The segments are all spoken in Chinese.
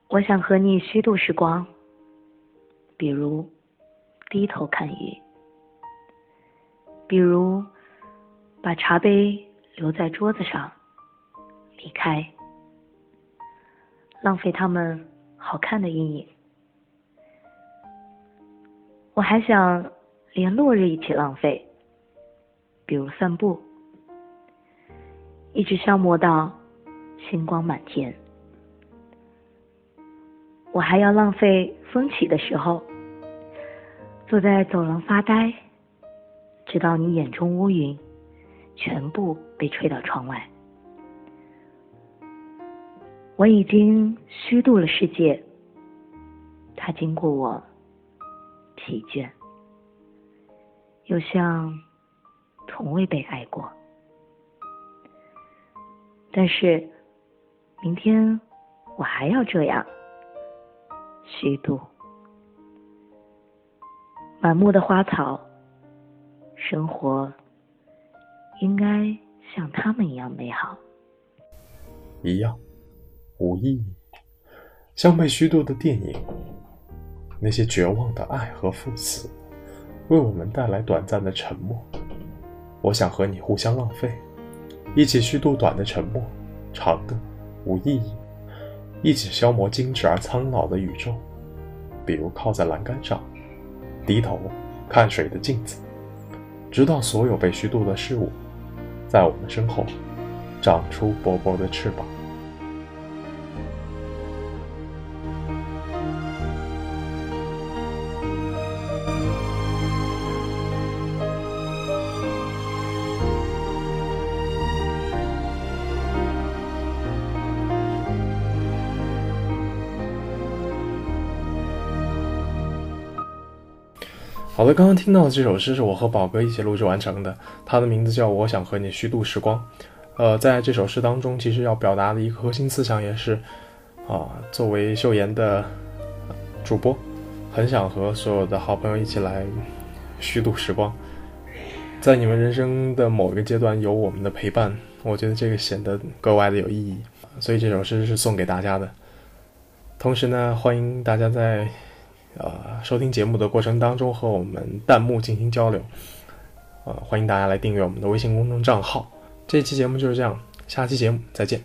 我想和你虚度时光，比如低头看鱼，比如把茶杯留在桌子上离开，浪费它们好看的阴影。我还想连落日一起浪费，比如散步，一直消磨到星光满天。我还要浪费风起的时候，坐在走廊发呆，直到你眼中乌云全部被吹到窗外。我已经虚度了世界，它经过我疲倦，又像从未被爱过。但是明天我还要这样虚度。满目的花草，生活应该像他们一样美好。 一样无意义，像被虚度的电影，那些绝望的爱和赴死为我们带来短暂的沉默。我想和你互相浪费，一起虚度短的沉默，长的无意义，一起消磨精致而苍老的宇宙。比如靠在栏杆上，低头看水的镜子，直到所有被虚度的事物在我们身后长出薄薄的翅膀。好的，刚刚听到的这首诗是我和宝哥一起录制完成的，它的名字叫《我想和你虚度时光》。在这首诗当中，其实要表达的一个核心思想也是，作为秀妍的主播，很想和所有的好朋友一起来虚度时光。在你们人生的某一个阶段有我们的陪伴，我觉得这个显得格外的有意义，所以这首诗是送给大家的。同时呢，欢迎大家在收听节目的过程当中和我们弹幕进行交流，欢迎大家来订阅我们的微信公众账号。这期节目就是这样，下期节目再见。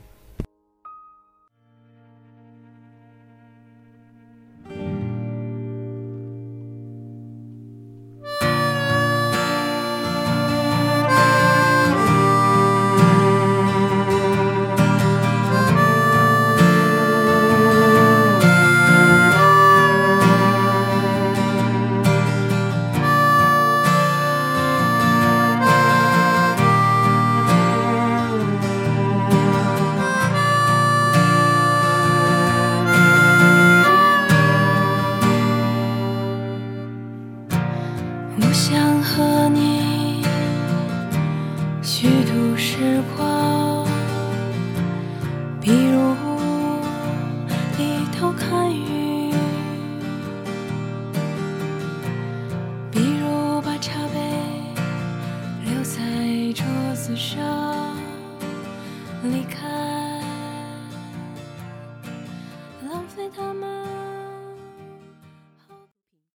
我想和你虚度时光，比如低头看鱼，比如把茶杯留在桌子上离开，浪费它们